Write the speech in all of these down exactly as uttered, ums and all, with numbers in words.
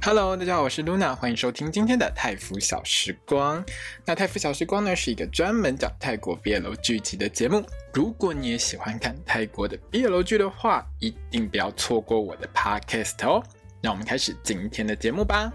Hello， 大家好，我是 Luna， 欢迎收听今天的泰服小时光。那泰服小时光呢，是一个专门讲泰国 B L 剧集的节目。如果你也喜欢看泰国的 B L 剧的话，一定不要错过我的 Podcast 哦。那我们开始今天的节目吧。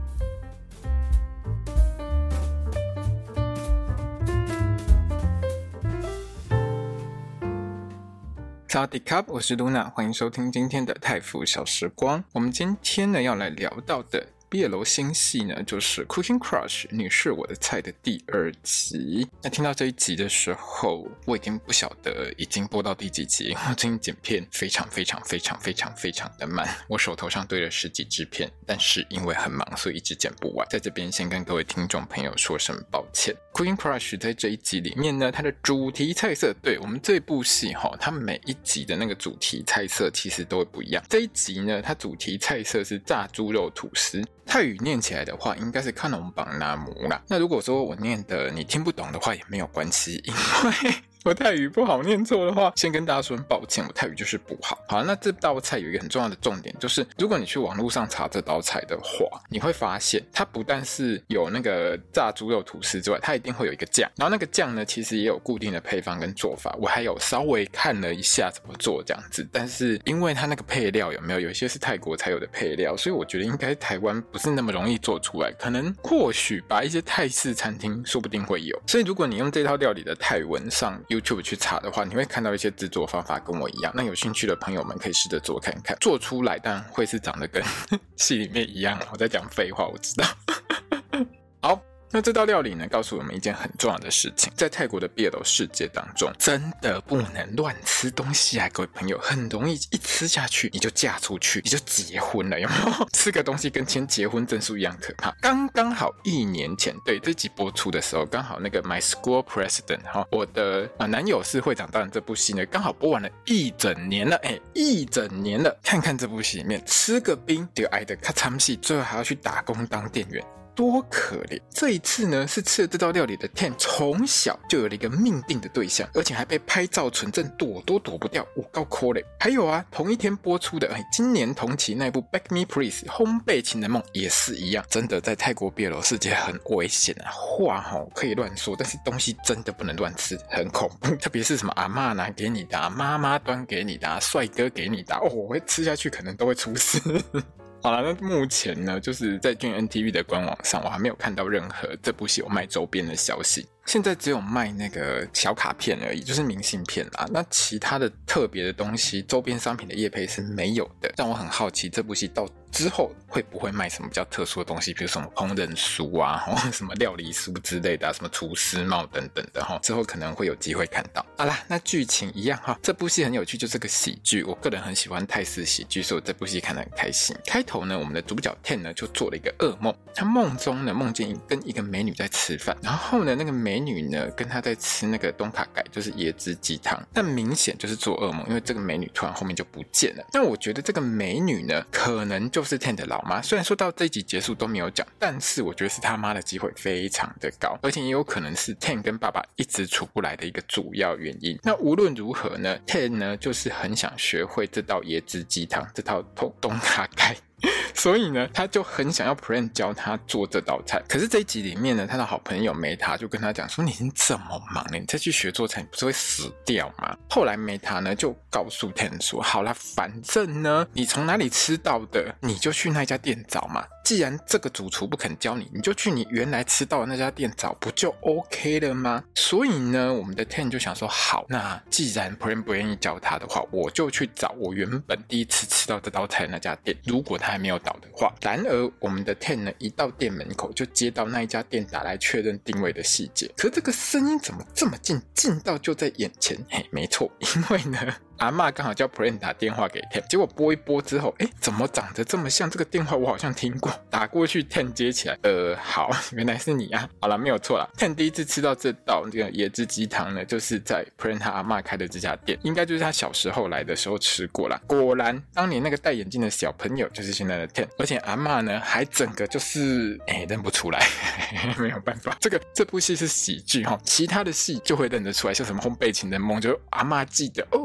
萨瓦迪卡，我是 Luna， 欢迎收听今天的泰服小时光。我们今天呢要来聊到的B L 新戏呢，就是 Cooking Crush 你是我的菜的第二集。那听到这一集的时候，我已经不晓得已经播到第几集，我最近剪片非常非常非常非常非常的慢，我手头上堆了十几支片，但是因为很忙，所以一直剪不完。在这边先跟各位听众朋友说声抱歉。Cooking Crush 在这一集里面呢，它的主题菜色，对我们这部戏齁，它每一集的那个主题菜色其实都会不一样。这一集呢，它主题菜色是炸猪肉吐司。泰语念起来的话应该是看农邦纳姆啦，那如果说我念的你听不懂的话也没有关系，因为我泰语不好念错的话，先跟大家说抱歉，我泰语就是不好。好，那这道菜有一个很重要的重点，就是如果你去网络上查这道菜的话，你会发现它不但是有那个炸猪肉吐司之外，它一定会有一个酱，然后那个酱呢其实也有固定的配方跟做法，我还有稍微看了一下怎么做这样子，但是因为它那个配料有没有有一些是泰国才有的配料，所以我觉得应该台湾不是那么容易做出来，可能或许吧，一些泰式餐厅说不定会有。所以如果你用这套料理的泰文上YouTube 去查的话，你会看到一些制作方法跟我一样，那有兴趣的朋友们可以试着做看看，做出来当然会是长得跟戏里面一样，我在讲废话我知道好，那这道料理呢，告诉我们一件很重要的事情，在泰国的 B L 世界当中，真的不能乱吃东西啊，各位朋友，很容易一吃下去你就嫁出去，你就结婚了，有没有？吃个东西跟签结婚证书一样可怕。刚刚好一年前，对，这集播出的时候，刚好那个 My School President 哈，我的、呃、男友是会长大人这部戏呢，刚好播完了一整年了，哎，一整年了。看看这部戏里面，吃个冰就挨得咔嚓戏，最后还要去打工当店员。多可怜！这一次呢，是吃了这道料理的 Ten 从小就有了一个命定的对象，而且还被拍照存证躲都躲不掉，我够可怜。还有啊，同一天播出的，哎，今年同期那部 Bake Me Please 烘焙情人梦也是一样，真的在泰国 B L 世界很危险啊！话齁可以乱说，但是东西真的不能乱吃，很恐怖。特别是什么阿嬷拿给你的、妈妈端给你的、帅哥给你的，哦，我会吃下去可能都会出事。好了，那目前呢，就是在 J N T V 的官网上，我还没有看到任何这部戏有卖周边的消息。现在只有卖那个小卡片而已，就是明信片啦。那其他的特别的东西，周边商品的业配是没有的。让我很好奇，这部戏到之后会不会卖什么比较特殊的东西，比如什么烹饪书啊，什么料理书之类的、啊，什么厨师帽等等的哈。之后可能会有机会看到。好啦，那剧情一样哈，这部戏很有趣，就是个喜剧。我个人很喜欢泰式喜剧，所以我这部戏看得很开心。开头呢，我们的主角 Ten 呢就做了一个噩梦，他梦中呢梦见跟一个美女在吃饭，然后呢那个美女呢跟他在吃那个东卡盖，就是椰汁鸡汤，但明显就是做噩梦，因为这个美女突然后面就不见了。那我觉得这个美女呢可能就是 Ten 的老妈，虽然说到这一集结束都没有讲，但是我觉得是他妈的机会非常的高，而且也有可能是 Ten 跟爸爸一直处不来的一个主要原因。那无论如何呢， Ten 呢就是很想学会这道椰汁鸡汤，这套东卡盖，所以呢他就很想要 Pran 教他做这道菜。可是这一集里面呢，他的好朋友梅塔就跟他讲说，你已经这么忙了，你再去学做菜你不是会死掉吗？后来梅塔呢就告诉 Ten 说，好啦，反正呢你从哪里吃到的你就去那家店找嘛，既然这个主厨不肯教你，你就去你原来吃到的那家店找，不就 OK 了吗？所以呢我们的 Ten 就想说，好，那既然 Pran 不愿意教他的话，我就去找我原本第一次吃到这道菜的那家店，如果他还没有倒的话。然而我们的 Ten 呢一到店门口就接到那一家店打来确认定位的细节，可是这个声音怎么这么近，近到就在眼前？嘿，没错，因为呢阿嬷刚好叫 Pran 打电话给 Ten， 结果拨一拨之后，诶，怎么长得这么像？这个电话我好像听过。打过去 Ten 接起来，呃，好，原来是你啊。好了，没有错啦。Ten 第一次吃到这道这个椰汁鸡汤呢，就是在 Pran 他阿嬷开的这家店，应该就是他小时候来的时候吃过啦。果然，当年那个戴眼镜的小朋友就是现在的 Ten， 而且阿嬷呢还整个就是诶认不出来，没有办法。这个这部戏是喜剧哈，其他的戏就会认得出来，像什么烘焙情人梦，就阿嬷记得哦，我小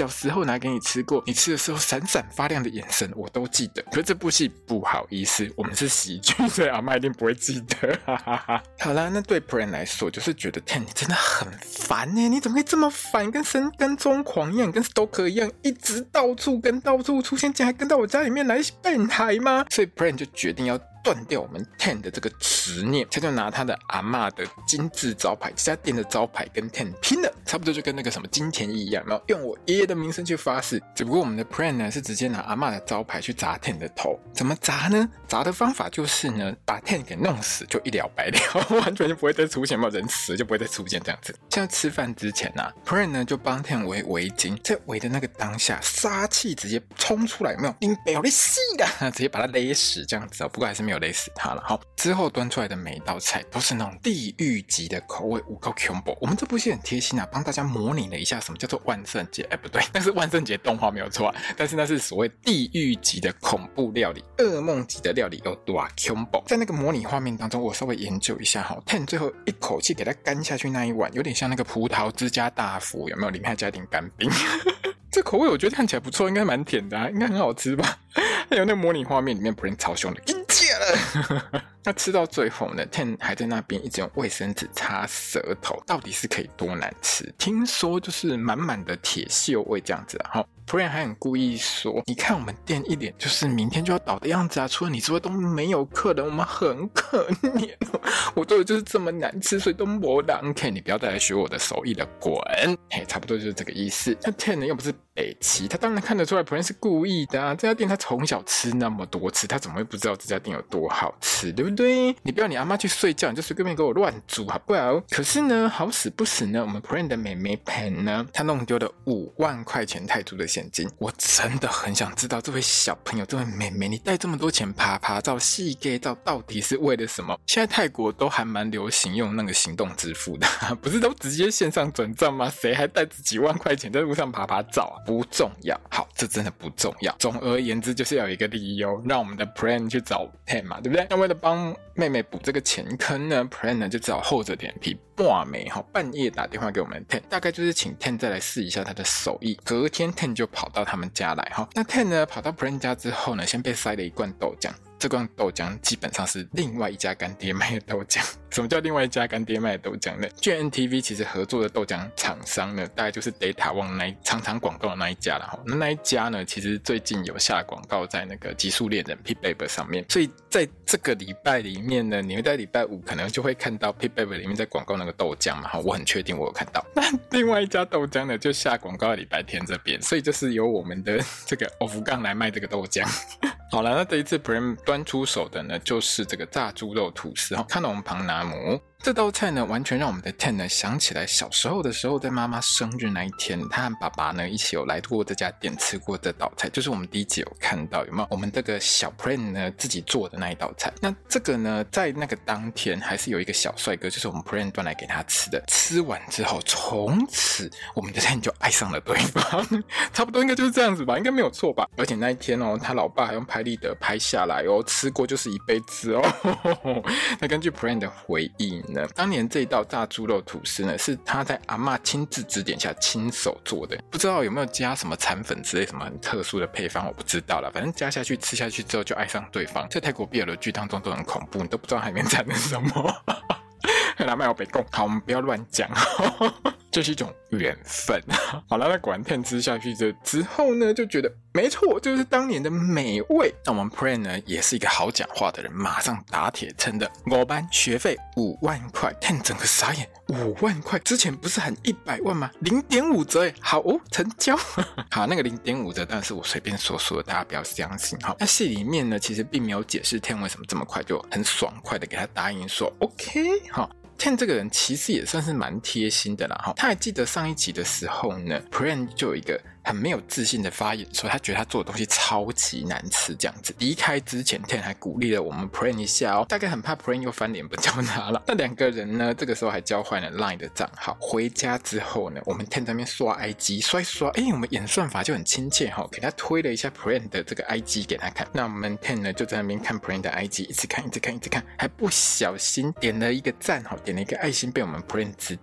小时候拿给你吃过，你吃的时候闪闪发亮的眼神我都记得。可是这部戏不好意思，我们是喜剧，所以阿嬷一定不会记得。哈哈哈。好啦，那对 Pran 来说就是觉得 Ten 你真的很烦耶，你怎么可以这么烦，跟神跟踪狂一样，跟 Stalker 一样，一直到处跟到处出现，竟然还跟到我家里面来变态吗？所以 Pran 就决定要断掉我们 Ten 的这个执念，他就拿他的阿嬷的金字招牌，这家店的招牌跟 Ten 拼了，差不多就跟那个什么金田一一样，然后用我爷爷的名声去发誓。只不过我们的 Pran 呢是直接拿阿嬷的招牌去砸 Ten 的头，怎么砸呢？砸的方法就是呢，把 Ten 给弄死，就一了百了，完全就不会再出现，没有人死就不会再出现这样子。像吃饭之前啊 Pran 呢就帮 Ten 围围巾，在围的那个当下，杀气直接冲出来，有没有？林北好你死的，直接把他勒死这样子哦。不过还是没有勒死他了。好，之后端出来的每一道菜都是那种地狱级的口味，有够恐怖。我们这部戏很贴心啊，帮大家模拟了一下什么叫做万圣节。哎，不对，那是万圣节动画没有错啊，但是那是所谓地狱级的恐怖料理，噩梦级的料理有多恐怖。在那个模拟画面当中，我稍微研究一下哈 ，Ten 最后一口气给它干下去那一碗，有点像那个葡萄之家大福，有没有？里面还加一点干冰。这口味我觉得看起来不错，应该蛮甜的啊，应该很好吃吧？还有那模拟画面里面 Pran 超凶的，给你戒了。那吃到最后呢 Ten 还在那边一直用卫生纸擦舌头，到底是可以多难吃？听说就是满满的铁锈味这样子啊。Pran 还很故意说，你看我们店一脸就是明天就要倒的样子啊，除了你之外都没有客人，我们很可怜哦。我做的就是这么难吃，所以都没人看，你不要再来学我的手艺了，滚！嘿，差不多就是这个意思。那 Ten 呢又不是北齐，他当然看得出来 Pran 是故意的啊。这家店他从小吃那么多次，他怎么会不知道这家店有多好吃，对不对？你不要你阿妈去睡觉，你就随便给我乱煮好不好？可是呢，好死不死呢，我们 Pran 的妹妹 Pen 呢，她弄丢了五万块钱泰铢的现金。我真的很想知道这位小朋友，这位妹妹，你带这么多钱爬爬照、细 gay 照，到底是为了什么？现在泰国都还蛮流行用那个行动支付的，不是都直接线上转账吗？谁还带着几万块钱在路上爬爬照啊？不重要，好，这真的不重要。总而言之，就是要有一个理由让我们的 Pran 去找 Ten 嘛，对不对？那为了帮妹妹补这个钱坑呢 ，Pran 呢就只好厚着脸皮半暝半夜打电话给我们 Ten， 大概就是请 Ten 再来试一下他的手艺。隔天 Ten 就跑到他们家来哈，那 Ten 呢跑到 Pran 家之后呢，先被塞了一罐豆浆。这罐豆浆基本上是另外一家干爹卖的豆浆。什么叫另外一家干爹卖的豆浆呢？ G N T V 其实合作的豆浆厂商呢，大概就是 Data One 那一常常广告的那一家啦。那那一家呢，其实最近有下广告在那个极速恋人 Pitbaby 上面，所以在这个礼拜里面呢，你会在礼拜五可能就会看到 Pitbaby 里面在广告那个豆浆嘛，我很确定我有看到。那另外一家豆浆呢，就下广告在礼拜天这边，所以就是由我们的这个欧福杠来卖这个豆浆。好了，那这一次 Pran 端出手的呢，就是这个炸猪肉吐司哈，看到我们庞纳姆。这道菜呢，完全让我们的 Ten 呢想起来小时候的时候，在妈妈生日那一天，他和爸爸呢一起有来过这家店吃过这道菜，就是我们第一集有看到有没有？我们这个小 Pran 呢自己做的那一道菜。那这个呢，在那个当天还是有一个小帅哥，就是我们 Pran 端来给他吃的。吃完之后，从此我们的 Ten 就爱上了对方，差不多应该就是这样子吧，应该没有错吧？而且那一天哦，他老爸还用拍立得拍下来哦，吃过就是一辈子哦。那根据 Pran 的回忆呢，当年这一道炸猪肉吐司呢，是他在阿嬷亲自指点下亲手做的，不知道有没有加什么残粉之类什么很特殊的配方，我不知道啦，反正加下去吃下去之后就爱上对方。在泰国 B L 的剧当中都很恐怖，你都不知道它里面掺了什么。拿麦我北贡，好，我们不要乱讲。这是一种缘分。好了，那果然 Ten 吃下去之后呢，就觉得没错，就是当年的美味。那我们 Pran 呢，也是一个好讲话的人，马上打铁称的五班学费五万块 ，Ten 整个傻眼，五万块，之前不是喊一百万吗？零点五折，好哦，成交。好，那个零点五折，但是我随便说说的，大家不要相信哈。那戏里面呢，其实并没有解释 Ten 为什么这么快就很爽快的给他答应说 OK 哈。Ten 这个人其实也算是蛮贴心的啦，他还记得上一集的时候呢 Pran 就有一个很没有自信的发言，说他觉得他做的东西超级难吃这样子。离开之前 Ten 还鼓励了我们 Pran 一下哦，大概很怕 Pran 又翻脸不叫他了。那两个人呢，这个时候还交换了 LINE 的账号。回家之后呢，我们 Ten 在那边刷 I G， 刷一刷，哎，我们演算法就很亲切哈，给他推了一下 Pran 的这个 I G 给他看。那我们 Ten 呢就在那边看 Pran 的 I G， 一直看一直看一直看，还不小心点了一个赞哈，点了一个爱心，被我们 Pran 知道。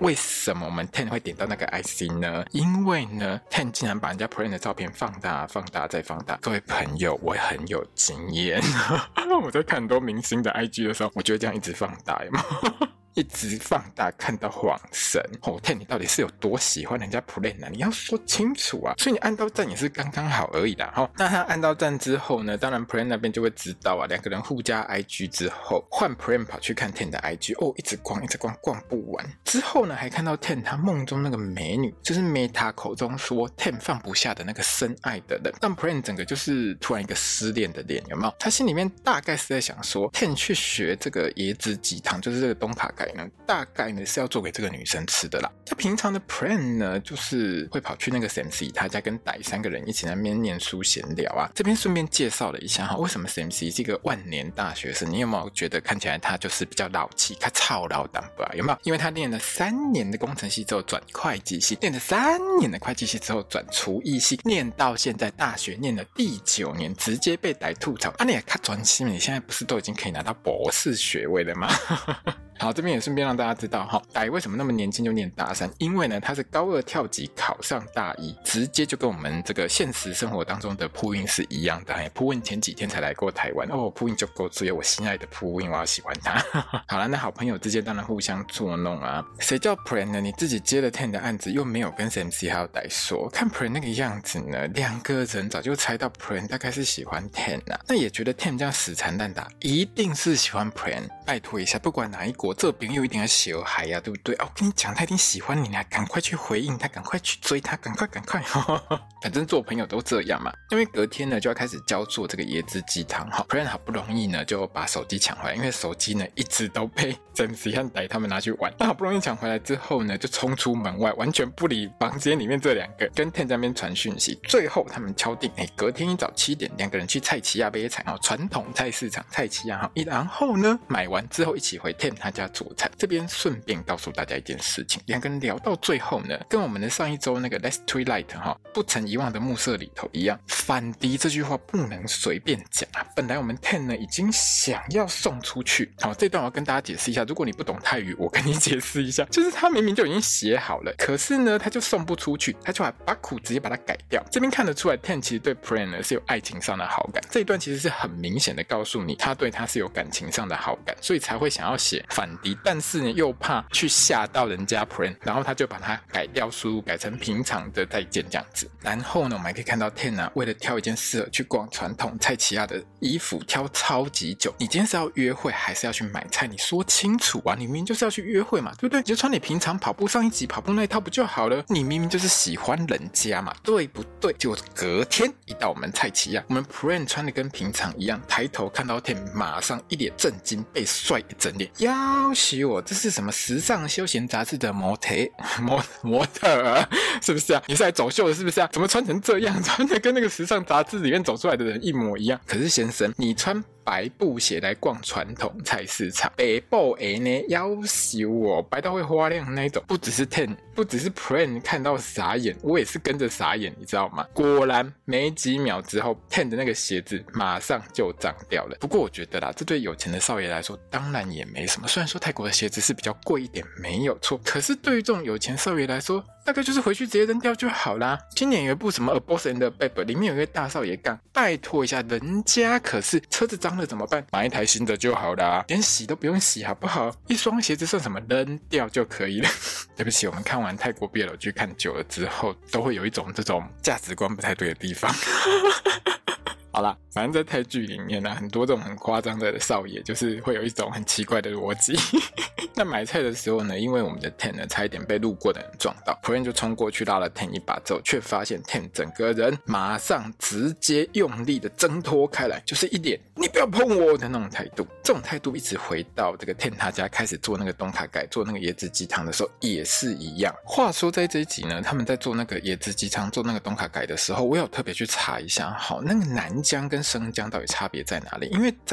为什么我们 Ten 会点到那个 I C 呢？因为呢 Ten 竟然把人家 Pren 的照片放大放大再放大。各位朋友，我很有经验我在看很多明星的 I G 的时候，我就会这样一直放大有没有一直放大看到晃神。哦 Ten 你到底是有多喜欢人家 Pren 啊？你要说清楚啊。所以你按到赞也是刚刚好而已啦。哦、那他按到赞之后呢，当然 Pren 那边就会知道啊，两个人互加 I G 之后，换 Pren 跑去看 Ten 的 I G， 哦，一直逛一直逛逛不完。之后呢，还看到 Ten 他梦中那个美女，就是 Meta 口中说 Ten 放不下的那个深爱的人，让 Pren 整个就是突然一个失恋的脸，有没有？他心里面大概是在想说 Ten 去学这个椰子鸡汤，就是这个东卡盖呢，大概呢是要做给这个女生吃的啦。他平常的 Pren 呢，就是会跑去那个 S M C 他家跟歹三个人一起在那边念书闲聊啊。这边顺便介绍了一下哈，为什么 S M C 是一个万年大学生？你有没有觉得看起来他就是比较老气，他操老淡薄啊？有没有？因为他念了三年的工程系之后转会计系，念了三年的会计系之后转厨艺系，念到现在大学念了第九年，直接被歹吐槽啊！你也看专心，你现在不是都已经可以拿到博士学位了吗？好，这边也顺便让大家知道哈，歹为什么那么年轻就念大三？因为呢，他是高二跳级考上大一，直接就跟我们这个现实生活当中的铺运是一样的。哎，铺运前几天才来过台湾哦，铺运就够追我心爱的铺运，我好喜欢他。好了，那好朋友之间当然互相捉弄啊。谁叫 Pren 呢？你自己接了 Ten 的案子，又没有跟 S M C 还有歹说，看 Pren 那个样子呢，两个人早就猜到 Pren 大概是喜欢 Ten 啊，那也觉得 Ten 这样死缠烂打，一定是喜欢 Pren。拜托一下，不管哪一国，这边又一定要小孩呀、啊，对不对？哦，我跟你讲，他一定喜欢你，你还赶快去回应他，赶快去追他，赶快赶快！反正做朋友都这样嘛。因为隔天呢就要开始教做这个椰子鸡汤哈 ，Pren 好不容易呢就把手机抢回来，因为手机呢一直都被 S M C 和歹他们拿去玩。那好不容易抢回来之后呢，就冲出门外，完全不理房间里面这两个，跟 Ten 在那边传讯息。最后他们敲定，哎，隔天一早七点，两个人去菜奇亚买菜哦，传统菜市场菜奇亚哈。然后呢，买完之后一起回 Ten 他家做菜。这边顺便告诉大家一件事情，两个人聊到最后呢，跟我们的上一周那个 Let's Twilight 哈不曾遗忘的暮色里头一样，反敌这句话不能随便讲啊。本来我们 Ten 呢已经想要送出去，好，这段我要跟大家解释一下，如果你不懂泰语，我跟你解释一下，就是他明明就已经写好了，可是呢他就送不出去，他就把苦直接把它改掉。这边看得出来 Ten 其实对 Pren 呢是有爱情上的好感，这一段其实是很明显的告诉你他对他是有感情上的好感，所以才会想要写反敌，但是呢又怕去吓到人家 Pren， 然后他就把它改掉输入，改成平常的再见这样子。然后呢我们还可以看到 Ten 啊，为了挑一件适合去逛传统菜奇亚的衣服挑超级久。你今天是要约会还是要去买菜？你说清楚啊，你明明就是要去约会嘛，对不对？你就穿你平常跑步上一集跑步那一套不就好了？你明明就是喜欢人家嘛，对不对？结果隔天一到我们菜奇亚，我们 Pren 穿的跟平常一样，抬头看到 Ten 马上一脸震惊，被帅一整脸。要许我这是什么时尚休闲杂志的模特模模特啊，是不是啊？你是来走秀的是不是啊？怎么穿成这样，穿的跟那个时尚杂志里面走出来的人一模一样？可是先生，你穿白布鞋来逛传统菜市场，白布鞋呢要求我白到会花亮那一种，不只是 Ten， 不只是 Pren 看到傻眼，我也是跟着傻眼，你知道吗？果然没几秒之后 Ten 的那个鞋子马上就脏掉了。不过我觉得啦，这对有钱的少爷来说当然也没什么，虽然说泰国的鞋子是比较贵一点没有错，可是对于这种有钱少爷来说，大概就是回去直接扔掉就好啦。今年有一部什么 A Boss and the Babe， 里面有一个大少爷杠，拜托一下，人家可是车子脏了怎么办？买一台新的就好啦，连洗都不用洗好不好？一双鞋子算什么，扔掉就可以了。对不起，我们看完泰国 B L 剧看久了之后，都会有一种这种价值观不太对的地方。好啦，反正在泰剧里面呢、啊，很多这种很夸张的少爷，就是会有一种很奇怪的逻辑。那买菜的时候呢，因为我们的 Ten 呢差一点被路过的人撞到 ，Pren 就冲过去拉了 Ten 一把之后，却发现 Ten 整个人马上直接用力的挣脱开来，就是一脸你不要碰我的那种态度。这种态度一直回到这个 Ten 他家开始做那个东卡盖、做那个椰子鸡汤的时候也是一样。话说在这一集呢，他们在做那个椰子鸡汤、做那个东卡盖的时候，我有特别去查一下，好，那个南姜跟生姜到底差别在哪里？因为在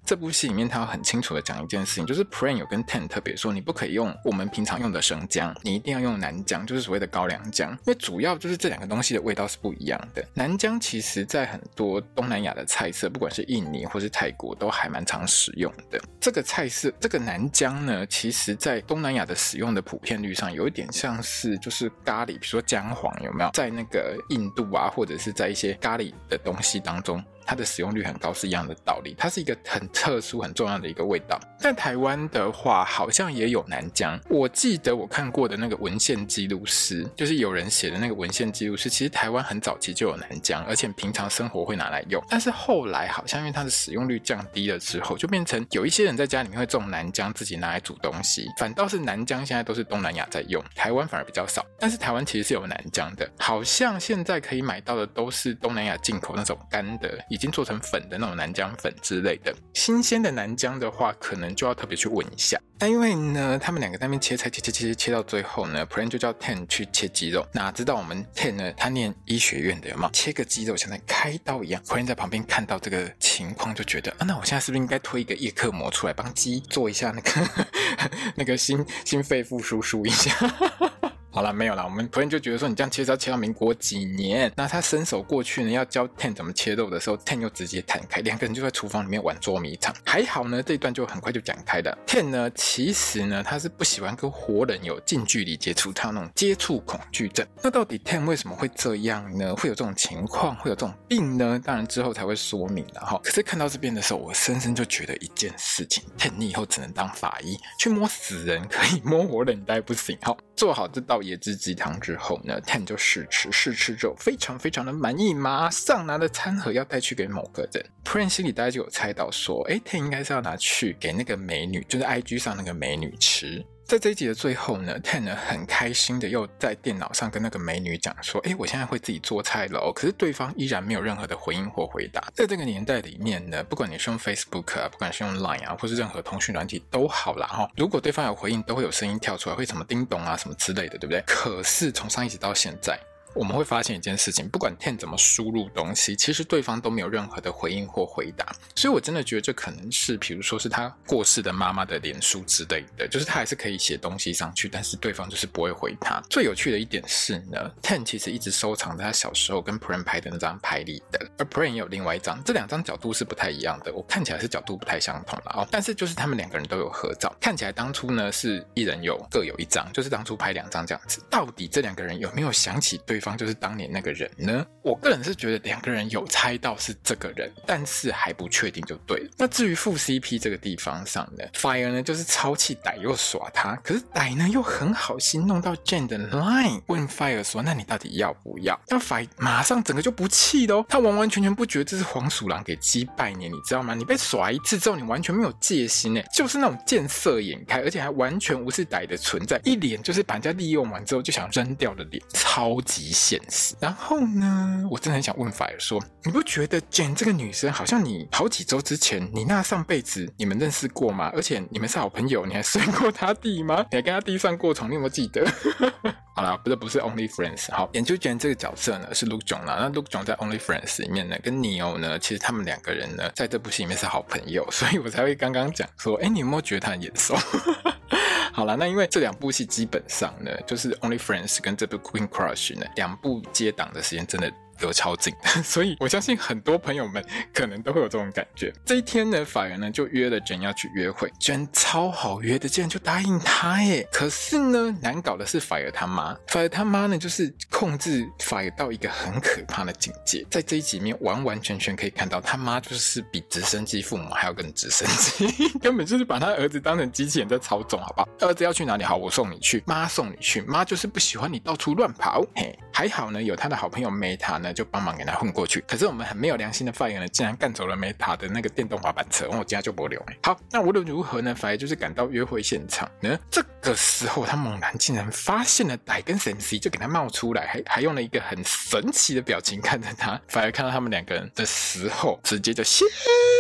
这部戏里面他要很清楚的讲一件事情，就是 Pran 有跟 Ten 特别说，你不可以用我们平常用的生姜，你一定要用南姜，就是所谓的高粱姜，因为主要就是这两个东西的味道是不一样的。南姜其实在很多东南亚的菜色，不管是印尼或是泰国都还蛮常使用的。这个菜色这个南姜呢，其实在东南亚的使用的普遍率上有一点像是就是咖喱，比如说姜黄有没有在那个印度啊，或者是在一些咖喱的东西当中它的使用率很高是一样的道理，它是一个很特殊很重要的一个味道。在台湾的话好像也有南姜，我记得我看过的那个文献记录是就是有人写的那个文献记录是其实台湾很早期就有南姜，而且平常生活会拿来用，但是后来好像因为它的使用率降低了之后，就变成有一些人在家里面会种南姜自己拿来煮东西，反倒是南姜现在都是东南亚在用，台湾反而比较少。但是台湾其实是有南姜的，好像现在可以买到的都是东南亚进口那种干的已经做成粉的那种南姜粉之类的。新鲜的南姜的话可能就要特别去问一下。那因为呢他们两个在那边切菜切切切切到最后呢 Pran 就叫 Ten 去切鸡肉，哪知道我们 Ten 呢他念医学院的有没有，切个鸡肉像在开刀一样。Pran 在旁边看到这个情况就觉得啊，那我现在是不是应该推一个叶克膜出来帮鸡做一下那个那个心心肺复苏输一下好啦，没有啦，我们 Pran 就觉得说你这样切是要切到民国几年，那他伸手过去呢要教 Ten 怎么切肉的时候 Ten 又直接弹开，两个人就在厨房里面玩捉迷藏。还好呢这一段就很快就讲开了。 Ten 呢其实呢他是不喜欢跟活人有近距离接触，他有那种接触恐惧症。那到底 Ten 为什么会这样呢，会有这种情况，会有这种病呢？当然之后才会说明啦齁。可是看到这边的时候我深深就觉得一件事情， Ten 你以后只能当法医，去摸死人可以，摸活人你大概不行齁。做好这道椰汁鸡汤之后呢 Ten 就试吃，试吃之后非常非常的满意，马上拿了餐盒要带去给某个人。 Pran 心里大概就有猜到说诶 Ten 应该是要拿去给那个美女，就是 I G 上那个美女吃。在这一集的最后呢 Ten 呢很开心的又在电脑上跟那个美女讲说诶我现在会自己做菜了哦，可是对方依然没有任何的回应或回答。在这个年代里面呢，不管你是用 Facebook 啊，不管是用 Line 啊，或是任何通讯软体都好啦齁，如果对方有回应都会有声音跳出来，会什么叮咚啊什么之类的，对不对？可是从上一集到现在我们会发现一件事情，不管 Ten 怎么输入东西，其实对方都没有任何的回应或回答。所以我真的觉得这可能是比如说是他过世的妈妈的脸书之类的，就是他还是可以写东西上去，但是对方就是不会回他。最有趣的一点是呢 Ten 其实一直收藏在他小时候跟 Pran 拍的那张拍立得，而 Pran 也有另外一张，这两张角度是不太一样的，我看起来是角度不太相同啦、哦、但是就是他们两个人都有合照，看起来当初呢是一人有各有一张，就是当初拍两张这样子。到底这两个人有没有想起对方就是当年那个人呢？我个人是觉得两个人有猜到是这个人，但是还不确定就对了。那至于副 C P 这个地方上呢 Fire 呢就是超气歹又耍他，可是歹呢又很好心弄到 Jen 的 line 问 Fire 说那你到底要不要。那 Fire 马上整个就不气咯，他完完全全不觉得这是黄鼠狼给鸡拜年，你知道吗？你被耍一次之后你完全没有戒心耶，就是那种见色眼开，而且还完全无视歹的存在，一脸就是把人家利用完之后就想扔掉的脸，超级现实。然后呢我真的很想问 Fire 说你不觉得 Jen 这个女生好像你好几周之前你那上辈子你们认识过吗？而且你们是好朋友，你还睡过他弟吗？你还跟他弟上过床，你有没有记得好啦，这不是 Only Friends。 好，演出 Jen 这个角色呢是 Luke Jong 啦，那 Luke Jong 在 Only Friends 里面呢跟 Neo 呢其实他们两个人呢在这部戏里面是好朋友，所以我才会刚刚讲说诶你有没有觉得他很眼熟好啦，那因为这两部戏基本上呢就是 Only Friends 跟这部 Queen Crush 呢两部接档的时间真的隔超近所以我相信很多朋友们可能都会有这种感觉。这一天呢 Fire 呢就约了 Jen 要去约会， Jen 超好约的，竟然就答应他耶。可是呢难搞的是 Fire 他妈 Fire 他妈呢就是控制 Fire 到一个很可怕的境界，在这一集里面完完全全可以看到他妈就是比直升机父母还要更直升机根本就是把他儿子当成机器人在操纵，好不好？儿子要去哪里，好我送你去，妈送你去，妈就是不喜欢你到处乱跑。嘿，还好呢有他的好朋友 Meta 呢就帮忙给他混过去，可是我们很没有良心的 Fire 呢竟然干走了 Meta 的那个电动滑板车，我家就没留。好，那无论如何呢 Fire 就是赶到约会现场呢，这个时候他猛然竟然发现了歹跟 S M C 就给他冒出来，还还用了一个很神奇的表情看着他。Fire 看到他们两个人的时候直接就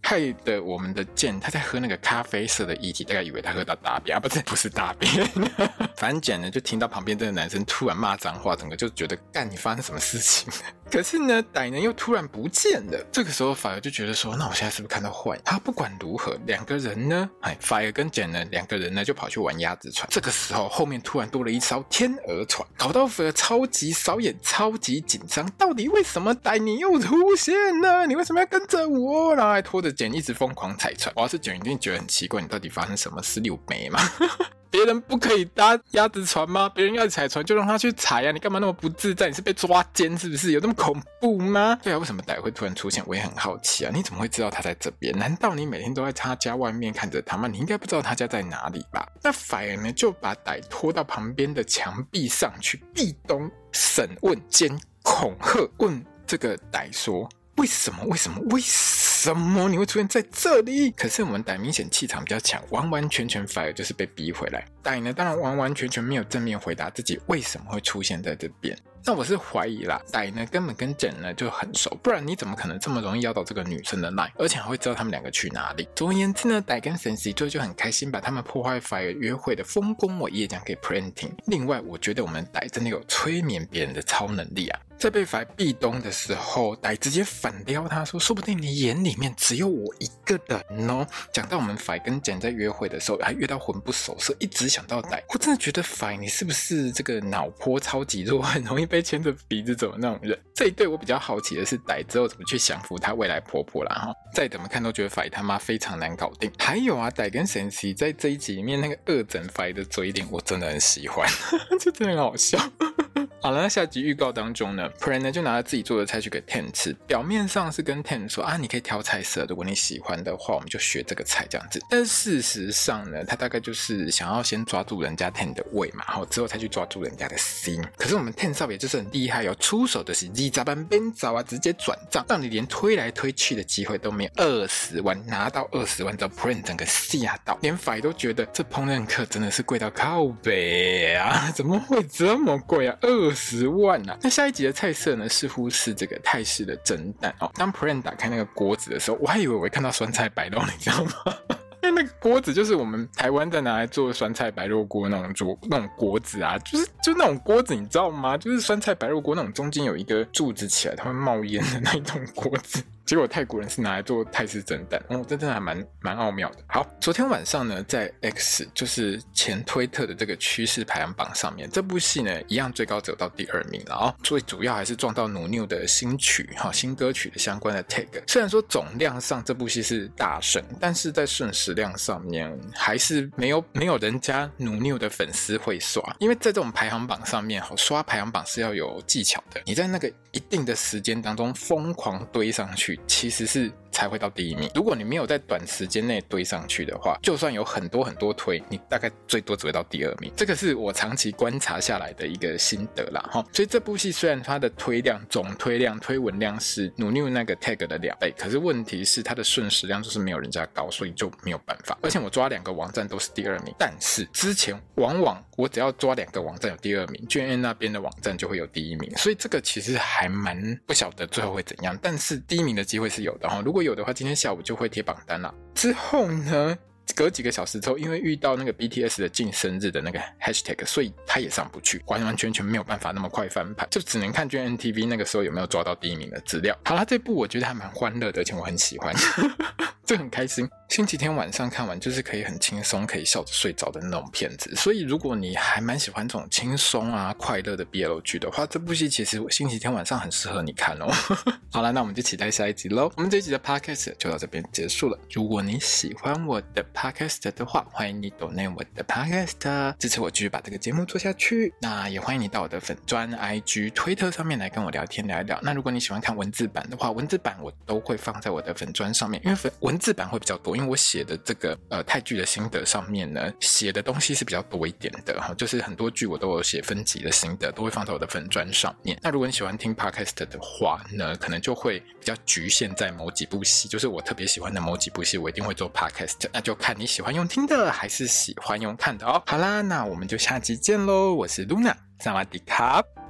害得我们的简他在喝那个咖啡色的液体，大概以为他喝到大便啊，不是不是大便反正简呢就听到旁边这个男生突然骂脏话，整个就觉得干你发生什么事情可是呢歹呢又突然不见了，这个时候法尔就觉得说，那我现在是不是看到坏？他不管如何，两个人呢，哎，法尔跟简呢两个人呢就跑去玩鸭子船。这个时候后面突然多了一艘天鹅船，搞到法尔超级扫眼，超级紧张，到底为什么歹你又出现了？你为什么要跟着我？然后还拖着简一直疯狂踩船。我要是简一定觉得很奇怪，你到底发生什么事？六枚吗别人不可以搭鸭子船吗？别人要踩船就让他去踩啊！你干嘛那么不自在？你是被抓奸是不是？有那么恐怖吗？对啊，为什么歹会突然出现？我也很好奇啊！你怎么会知道他在这边？难道你每天都在他家外面看着他吗？你应该不知道他家在哪里吧？那反而呢，就把歹拖到旁边的墙壁上去，壁咚审问兼恐吓，问这个歹说：为什么？为什么？为什么你会出现在这里？可是我们歹明显气场比较强，完完全全反而就是被逼回来。歹呢，当然完完全全没有正面回答自己为什么会出现在这边。那我是怀疑啦，歹呢根本跟简呢就很熟，不然你怎么可能这么容易要到这个女生的 line， 而且还会知道他们两个去哪里？总而言之呢，歹跟 Sensei 最后就很开心，把他们破坏反而约会的丰功伟业讲给 Printing。另外，我觉得我们歹真的有催眠别人的超能力啊！在被反壁咚的时候，歹直接反撩他说，说不定你眼里面只有我一个人哦。讲到我们反跟简在约会的时候，还约到魂不守舍，一直想到歹。我真的觉得反你是不是这个脑波超级弱，很容易被牵着鼻子走的那种人？这一对我比较好奇的是歹之后怎么去降服他未来婆婆啦哈。再怎么看都觉得反他妈非常难搞定。还有啊，歹跟神奇在这一集里面那个恶整反的嘴脸，我真的很喜欢，这真的很好笑。好了，那下集预告当中呢 Pran 呢就拿了自己做的菜去给 Ten 吃，表面上是跟 Ten 说啊，你可以挑菜色，如果你喜欢的话我们就学这个菜这样子。但是事实上呢，他大概就是想要先抓住人家 Ten 的胃嘛，然后之后才去抓住人家的心。可是我们 Ten 少爷就是很厉害哦，出手的是二十万变早啊，直接转账，让你连推来推去的机会都没有。二十万拿到二十万之后 Pran 整个吓到，连法都觉得这烹饪课真的是贵到靠北啊，怎么会这么贵啊，二十万啊！那下一集的菜色呢，似乎是这个泰式的蒸蛋哦。当 Pran 打开那个锅子的时候，我还以为我会看到酸菜白肉，你知道吗？因为那个锅子就是我们台湾在拿来做酸菜白肉锅那种桌那种锅子啊，就是就那种锅子，你知道吗？就是酸菜白肉锅那种中间有一个柱子起来它会冒烟的那种锅子。结果泰国人是拿来做泰式蒸蛋，哦，这真的还蛮蛮奥妙的。好，昨天晚上呢，在 X 就是前推特的这个趋势排行榜上面，这部戏呢一样最高只有到第二名了哦。最主要还是撞到努纽的新曲哈、哦、新歌曲的相关的 tag。虽然说总量上这部戏是大胜，但是在瞬时量上面还是没有没有人家努纽的粉丝会刷，因为在这种排行榜上面刷排行榜是要有技巧的，你在那个一定的时间当中疯狂堆上去，其实是才会到第一名。如果你没有在短时间内堆上去的话，就算有很多很多推，你大概最多只会到第二名。这个是我长期观察下来的一个心得啦。所以这部戏虽然它的推量总推量推文量是努纽那个 tag 的两倍，可是问题是它的瞬时量就是没有人家高，所以就没有办法。而且我抓两个网站都是第二名，但是之前往往我只要抓两个网站有第二名， J N 那边的网站就会有第一名，所以这个其实还蛮不晓得最后会怎样，但是第一名的机会是有的。如果有的话，今天下午就会贴榜单啦。之后呢，隔几个小时之后，因为遇到那个 B T S 的进生日的那个 hashtag， 所以他也上不去，完完全全没有办法那么快翻盘，就只能看 J N T V 那个时候有没有抓到第一名的资料。好啦，这部我觉得还蛮欢乐的，而且我很喜欢这很开心。星期天晚上看完就是可以很轻松可以笑着睡着的那种片子，所以如果你还蛮喜欢这种轻松啊快乐的 B L 剧的话，这部戏其实星期天晚上很适合你看哦好啦，那我们就期待下一集咯。我们这一集的 podcast 就到这边结束了。如果你喜欢我的 podcast 的话，欢迎你 donate 我的 podcast 支持我继续把这个节目做下去。那也欢迎你到我的粉专 I G 推特上面来跟我聊天聊一聊。那如果你喜欢看文字版的话，文字版我都会放在我的粉专上面，因为文字版会比较多，因为我写的这个呃泰剧的心得上面呢，写的东西是比较多一点的，就是很多剧我都有写分级的心得，都会放在我的粉专上面。那如果你喜欢听 podcast 的话呢，可能就会比较局限在某几部戏，就是我特别喜欢的某几部戏我一定会做 podcast， 那就看你喜欢用听的还是喜欢用看的哦。好啦，那我们就下集见咯，我是 Luna， 萨瓦迪卡。